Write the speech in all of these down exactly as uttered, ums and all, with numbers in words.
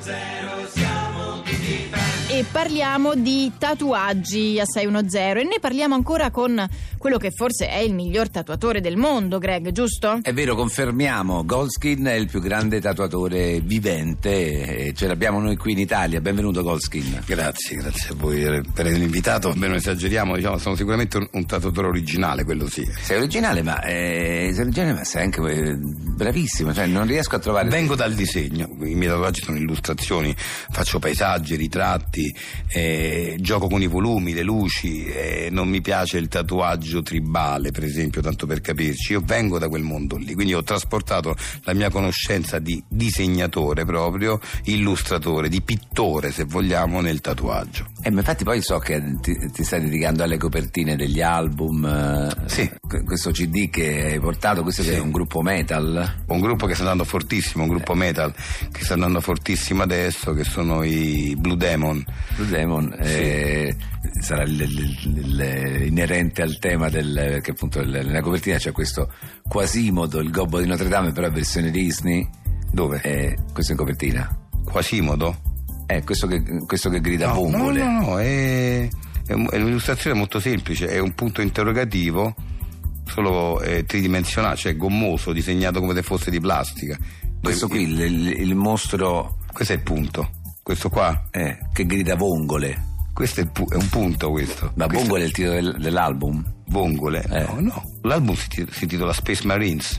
E parliamo di tatuaggi a sei uno zero e ne parliamo ancora con quello che forse è il miglior tatuatore del mondo, Greg, giusto? È vero, confermiamo, Goldskin è il più grande tatuatore vivente e ce l'abbiamo noi qui in Italia. Benvenuto Goldskin. Grazie, grazie a voi per l'invitato. Beh, non esageriamo, diciamo, sono sicuramente un, un tatuatore originale, quello sì. Sei originale, ma, eh, sei originale, ma sei anche eh, bravissimo, cioè non riesco a trovare... Vengo dal disegno, i miei tatuaggi sono illustrazioni, faccio paesaggi, ritratti, eh, gioco con i volumi, le luci, eh, non mi piace il tatuaggio tribale, per esempio, tanto per capirci. Io vengo da quel mondo lì, quindi ho trasportato la mia conoscenza di disegnatore proprio, illustratore, di pittore se vogliamo, nel tatuaggio. Eh, ma infatti poi so che ti, ti stai dedicando alle copertine degli album. Sì. Questo C D che hai portato, questo sì. Che è un gruppo metal. Un gruppo che sta andando fortissimo, un gruppo eh. metal che sta andando fortissimo adesso, che sono i Blue Demon. Blue Demon sì. eh, sarà il, il, il, inerente al tema del che appunto nella copertina c'è questo Quasimodo, il gobbo di Notre Dame, però versione Disney. Dove? Eh, questo in copertina. Quasimodo? Eh, questo che, questo che grida no, vongole. No, no, no, è, è, è un'illustrazione molto semplice, è un punto interrogativo solo eh, tridimensionale, cioè gommoso, disegnato come se fosse di plastica. Questo qui, il, il, il mostro. Questo è il punto. Questo qua? Eh, che grida vongole. Questo è, pu- è un punto questo. Ma questo... vongole è il titolo del, dell'album? Vongole? Eh. No, no. L'album si, tit- si intitola Space Marines.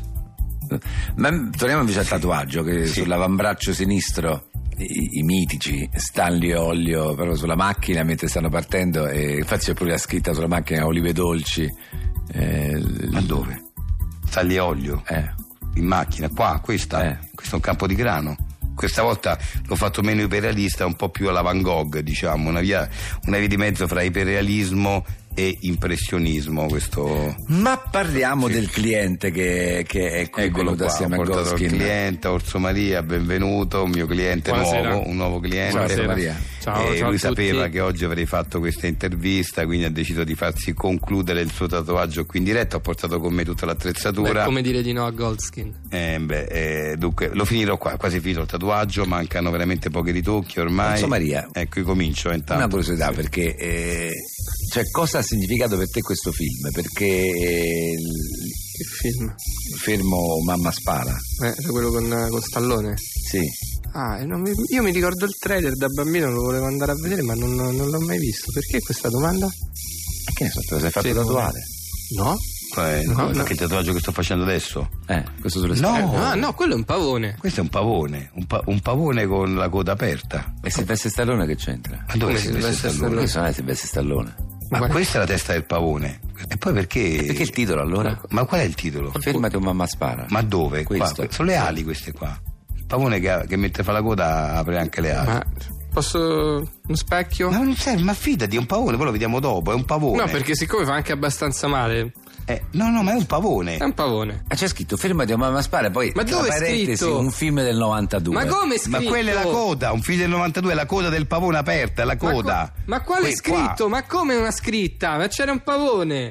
Ma torniamo invece al sì. tatuaggio, che sì. sull'avambraccio sinistro i, i mitici Stanley Olio proprio sulla macchina mentre stanno partendo, e infatti c'è pure la scritta sulla macchina Olive Dolci. Eh, Ma dove? Stanley Olio? Eh. In macchina, qua, questa? Eh. Questo è un campo di grano. Questa volta l'ho fatto meno iperrealista, un po' più alla Van Gogh, diciamo, una via, una via di mezzo fra iperrealismo e impressionismo. Questo. Ma parliamo sì. del cliente che, che è qui venuto assieme a Goldskin. Il cliente Orso Maria, benvenuto, un mio cliente Buonasera. nuovo, un nuovo cliente. Buonasera Maria. Ciao, e ciao lui a tutti. sapeva che oggi avrei fatto questa intervista, quindi ha deciso di farsi concludere il suo tatuaggio qui in diretta. Ho portato con me tutta l'attrezzatura. Beh, come dire di no a Goldskin? Eh, beh, eh, dunque lo finirò qua, quasi finito il tatuaggio, mancano veramente pochi ritocchi ormai. Orso Maria, ecco, io comincio intanto. Una curiosità, perché eh, cioè, cosa ha significato per te questo film? Perché eh, Che film? Fermo Mamma Spara. Eh, era quello con, con Stallone? Sì. Ah, e non mi, io mi ricordo il trailer da bambino, lo volevo andare a vedere, ma non, non l'ho mai visto. Perché questa domanda? E che ne so, te lo sei fatto Sì, tatuare? No? Eh, No, no, no. Che il tatuaggio che sto facendo adesso? Eh, questo sulle No. spalle. Ah, no, quello è un pavone. Questo è un pavone, un, pa- un pavone con la coda aperta. E Silvestre Stallone che c'entra? Ma dove Come si Silvestre veste Stallone? Questo non è Silvestre Stallone. Ma Guarda. questa è la testa del pavone. E poi perché? E perché il titolo allora? Ma qual è il titolo? Fermati o Mamma Spara. Ma dove? Qua, Questo. sono le ali queste qua. Il pavone che, che mentre fa la coda apre anche le ali. Ma posso un specchio? Ma non serve, ma fidati, è un pavone, poi lo vediamo dopo, è un pavone. No, perché siccome fa anche abbastanza male. Eh, no, no, ma è un pavone. È un pavone. Ah, c'è scritto Fermati o Mamma Spara, poi Ma tra dove è parentesi scritto? un film del novantadue. Ma come è Ma scritto? quella è la coda, un film del novantadue, è la coda del pavone aperta, è la Ma coda. co- Ma, quale è Que- qua. scritto? Ma come una scritta? Ma c'era un pavone.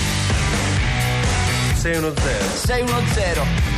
sei uno zero. sei uno zero.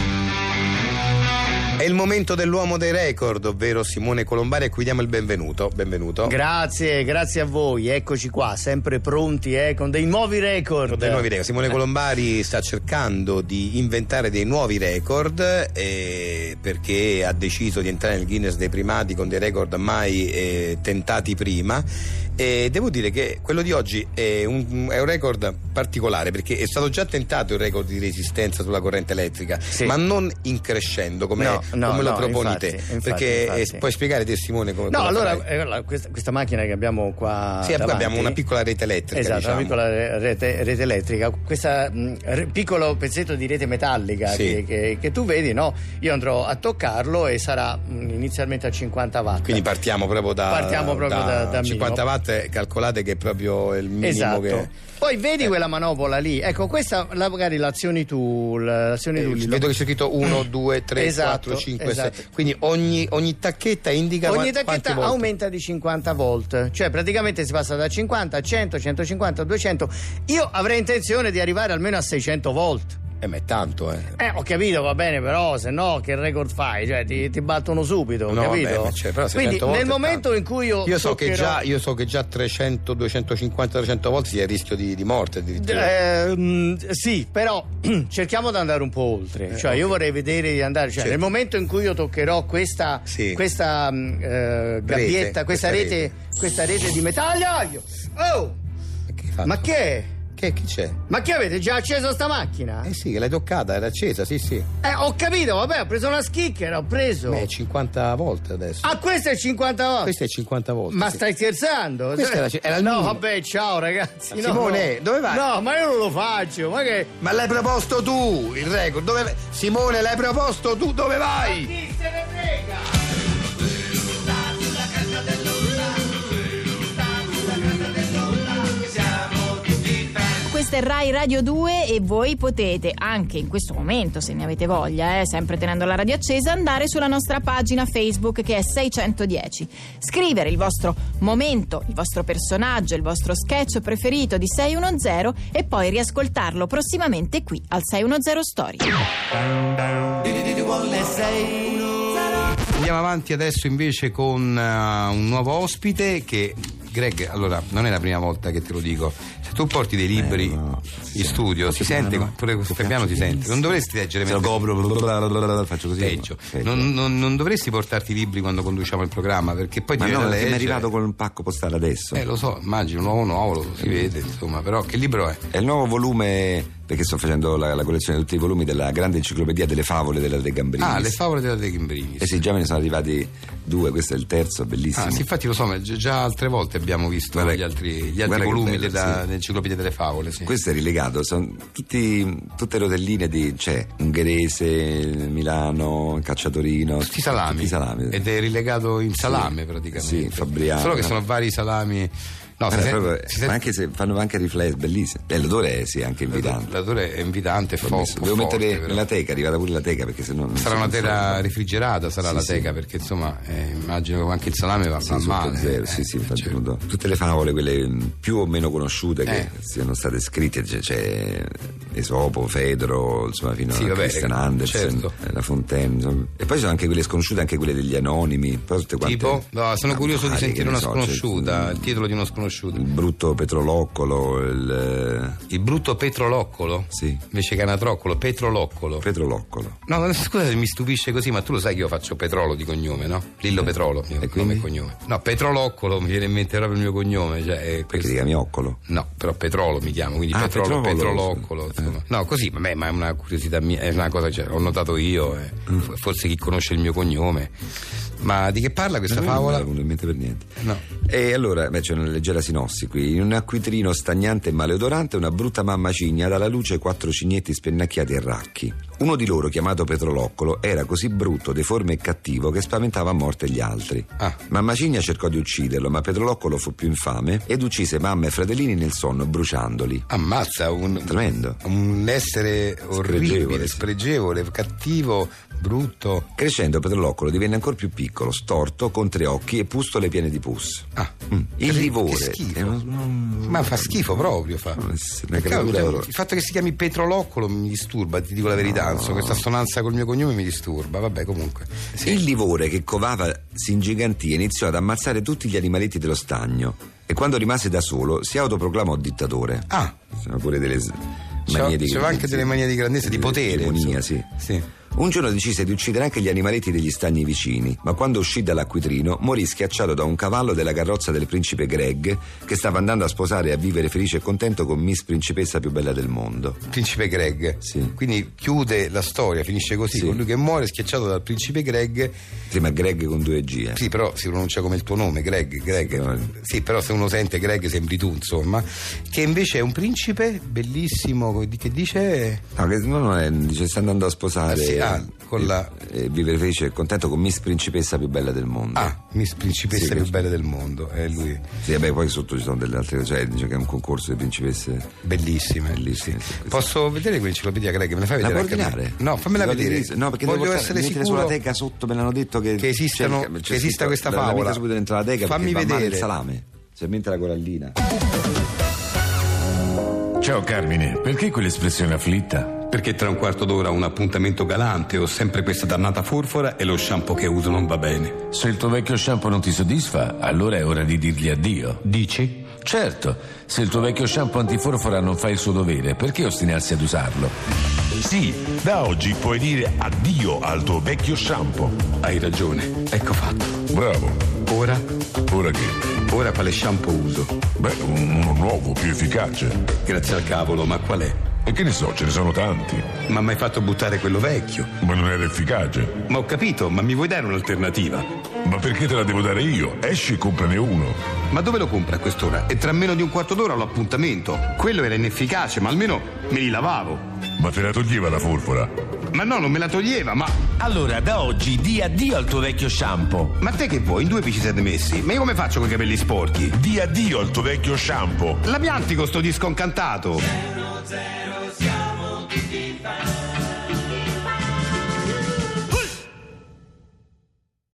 È il momento dell'uomo dei record, ovvero Simone Colombari, a cui diamo il benvenuto. Benvenuto. Grazie, grazie a voi, eccoci qua, sempre pronti eh, con dei nuovi record. Dei nuovi record. Simone Colombari sta cercando di inventare dei nuovi record eh, perché ha deciso di entrare nel Guinness dei primati con dei record mai eh, tentati prima. E devo dire che quello di oggi è un, è un record particolare, perché è stato già tentato il record di resistenza sulla corrente elettrica, Sì. ma non in crescendo come, No, no, come lo no, proponi infatti, te. infatti, perché infatti. eh, puoi spiegare te, Simone, come No, come allora farai? eh, la- questa, questa macchina che abbiamo qua Sì, davanti, abbiamo una piccola rete elettrica, esatto, diciamo. una piccola re- rete, rete elettrica. Questo piccolo pezzetto di rete metallica Sì. che, che, che tu vedi, no? Io andrò a toccarlo e sarà mh, inizialmente a cinquanta watt. Quindi partiamo proprio da, Partiamo proprio da- da cinquanta minimo. watt, eh, calcolate che è proprio il minimo Esatto. che... Poi vedi quella manopola lì, ecco questa la, magari l'azioni tu, l'azioni Eh, tu lì. vedo che c'è scritto uno, due, tre, Esatto, quattro, cinque, esatto. sei. Quindi ogni, ogni tacchetta indica Ogni qua- quante tacchetta volte. aumenta di cinquanta volt, cioè praticamente si passa da cinquanta a cento, centocinquanta, duecento. Io avrei intenzione di arrivare almeno a seicento volt. Eh, ma è tanto, eh. Eh, ho capito, va bene, però se no che record fai? Cioè, ti, ti battono subito, ho No, capito? vabbè, ma cioè, però Quindi seicento nel volte è momento tanto. in cui io Io so che toccherò- già, io so che già trecento, duecentocinquanta, trecento volte si è a rischio di, di morte addirittura. Eh, mh, sì, però cerchiamo di andare un po' oltre. Eh, Cioè, io ok. vorrei vedere di andare. Cioè, Certo. nel momento in cui io toccherò questa, Sì. questa mh, eh, gabbietta, Rete, questa questa rete, rete. questa rete di metallo. Oh! Che hai fatto? Ma che è? Che, chi c'è? Ma che avete già acceso sta macchina? Eh sì, che l'hai toccata, era accesa, sì, sì. Eh, ho capito, vabbè, ho preso una schicchera, ho preso. Beh, cinquanta volte adesso. Ah, questo è cinquanta volte. Questo è cinquanta volte. Ma sì. stai scherzando? Questo era- era il no, minimo. vabbè, ciao ragazzi. no, Simone, no. dove vai? No, ma io non lo faccio. Ma che. Ma l'hai proposto tu, il record. Dove... Simone, l'hai proposto tu, dove vai? Chi se ne frega? Questa è Rai Radio due e voi potete anche in questo momento, se ne avete voglia, eh, sempre tenendo la radio accesa, andare sulla nostra pagina Facebook che è seicentodieci. Scrivere il vostro momento, il vostro personaggio, il vostro sketch preferito di seicentodicendo e poi riascoltarlo prossimamente qui al seicentodicendo Story. Andiamo avanti adesso invece con uh, un nuovo ospite che... Greg, allora, non è la prima volta che te lo dico. Se tu porti dei libri Eh, no. in studio, si sente, no. pure questo piano si sente. Non dovresti leggere Se lo mentre- copro, blablabla, faccio così. Peggio. Peggio. Non, non- non dovresti portarti i libri quando conduciamo il programma, perché poi ti Ma viene no, da perché mi è leggere. arrivato con un pacco postale adesso. Eh, lo so, immagino, nuovo nuovo, lo si vede, insomma, però che libro è? È il nuovo volume, perché sto facendo la, la collezione di tutti i volumi della grande enciclopedia delle favole della De Gambrini. Ah, le favole della De Gambrini. Eh sì, già me ne sono arrivati due, questo è il terzo, bellissimo. Ah, sì, infatti lo so, ma gi- già altre volte abbiamo visto Guarda- gli altri, gli altri guarda che volumi bello, della, sì. dell'enciclopedia delle favole, sì. Questo è rilegato, sono tutti, tutte rotelline di, c'è Ungherese, Milano, Cacciatorino. Tutti salami. Tutti salami. Ed è rilegato in salame Sì, praticamente. sì, Fabriano. Solo che sono vari salami. No, Eh, si sente- proprio- si sente- ma anche se fanno anche riflessi, bellissimo. E l'odore è sì, anche invitante. l'odore è invitante e L'ho fo- messo- po' Devo forte, mettere però. nella teca, è arrivata pure la teca perché se no non Sarà si- una non si- terra refrigerata, sarà Sì, la sì. teca, perché insomma eh, immagino che anche il salame va, Sì, va sotto male. zero, eh, sì, sì, eh, infatti, cioè, appunto, tutte le favole, quelle mh, più o meno conosciute che Eh. siano state scritte, c'è, c'è Esopo, Fedro, insomma, fino Sì, a vabbè, Christian Andersen, certo. eh, La Fontaine, insomma. E poi sono anche quelle sconosciute, anche quelle degli anonimi. Poi tutte quante- tipo, no, sono Ah, curioso di varie, sentire che una ne so, sconosciuta, c'è, il titolo di uno sconosciuto. il brutto Petroloccolo, il Il brutto Petroloccolo? Sì. Invece che anatroccolo, Petroloccolo. Petroloccolo. No, ma scusa se mi stupisce così, ma tu lo sai che io faccio Petrolo di cognome, no? Lillo Petrolo, mio E nome quindi? e cognome. No, Petroloccolo mi viene in mente proprio il mio cognome, cioè è Perché questo. ti chiami Occolo? No, però Petrolo mi chiamo, quindi Ah, Petrolo, Petrolo, Petroloccolo. sì. Insomma. No, così, vabbè, ma è una curiosità mia, è una cosa che cioè, ho notato io, eh. Mm. Forse chi conosce il mio cognome. Ma di che parla questa Non mi favola? era venuto in mente per niente. No. E allora, beh, c'è una leggera sinossi qui. In un acquitrino stagnante e maleodorante, una brutta mamma cigna dà alla luce quattro cignetti spennacchiati e racchi. Uno di loro, chiamato Petroloccolo, era così brutto, deforme e cattivo che spaventava a morte gli altri. Ah. Mamma cigna cercò di ucciderlo, ma Petroloccolo fu più infame ed uccise mamma e fratellini nel sonno, bruciandoli. Ammazza, un, Tremendo. un essere orribile, Spregevole, sì. spregevole, cattivo, brutto. Crescendo, Petroloccolo divenne ancora più piccolo, storto, con tre occhi e pustole piene di pus. Ah, Mm. Il che livore. schifo. è un- un- Ma fa schifo proprio, fa. No, sì, una Cavolo, creatura cioè, orrore. il fatto che si chiami Petroloccolo mi disturba, ti dico la verità, insomma, questa assonanza col mio cognome mi disturba, vabbè, comunque. Sì. Il livore che covava si ingigantì e iniziò ad ammazzare tutti gli animaletti dello stagno e quando rimase da solo si autoproclamò dittatore. Ah, Sono pure delle s- c'è, manie di c'è anche delle manie di grandezza, di potere. egemonia, insomma. sì. Sì. Un giorno decise di uccidere anche gli animaletti degli stagni vicini, ma quando uscì dall'acquitrino morì schiacciato da un cavallo della carrozza del principe Greg, che stava andando a sposare e a vivere felice e contento con Miss Principessa più bella del mondo. Principe Greg. Sì. Quindi chiude la storia, finisce così, Sì. con lui che muore schiacciato dal principe Greg. Sì, ma Greg con due G, eh. Sì, però si pronuncia come il tuo nome, Greg, Greg. Sì, però- Sì, però se uno sente Greg sembri tu, insomma. Che invece è un principe bellissimo, di- che dice... No, che no, no, è, dice sta andando a sposare Ah, sì, ah, con e, la- e vivere felice e contento con Miss Principessa più bella del mondo. Ah, Miss Principessa Sì, più che- bella del mondo, è lui. Sì, vabbè, poi sotto ci sono delle altre cose, cioè dice che è un concorso di principesse Bellissime. bellissime. sì, queste- Posso vedere quell'enciclopedia Greg? Me la fai La vedere? puoi anche a me? ordinare? No, fammela L'ho vedere. rivisa- No, perché voglio devo essere mettere sicuro sulla teca sotto, me l'hanno detto che, che esistano- c'è- c'è che esista scritto- questa la- la favola. metto subito dentro la teca Fammi perché va male vedere. il salame, cioè mentre la corallina. Ciao Carmine, perché quell'espressione afflitta? Perché tra un quarto d'ora ho un appuntamento galante, ho sempre questa dannata forfora e lo shampoo che uso non va bene. Se il tuo vecchio shampoo non ti soddisfa, allora è ora di dirgli addio. Dici? Certo, se il tuo vecchio shampoo antiforfora non fa il suo dovere, perché ostinarsi ad usarlo? Sì, da oggi puoi dire addio al tuo vecchio shampoo. Hai ragione, ecco fatto. Bravo. Ora? Ora che? Ora quale shampoo uso? Beh, uno nuovo, più efficace. Grazie al cavolo, ma qual è? E che ne so, ce ne sono tanti. Ma mi hai fatto buttare quello vecchio? Ma non era efficace. Ma ho capito, ma mi vuoi dare un'alternativa? Ma perché te la devo dare io? Esci e comprane uno. Ma dove lo compri a quest'ora? E tra meno di un quarto d'ora ho l'appuntamento. Quello era inefficace, ma almeno me li lavavo. Ma te la toglieva la forfora? Ma no, non me la toglieva, ma... Allora, da oggi di addio al tuo vecchio shampoo. Ma te che vuoi? In due ci siete messi? Ma io come faccio con i capelli sporchi? Di addio al tuo vecchio shampoo. La pianti con sto disco incantato. zero zero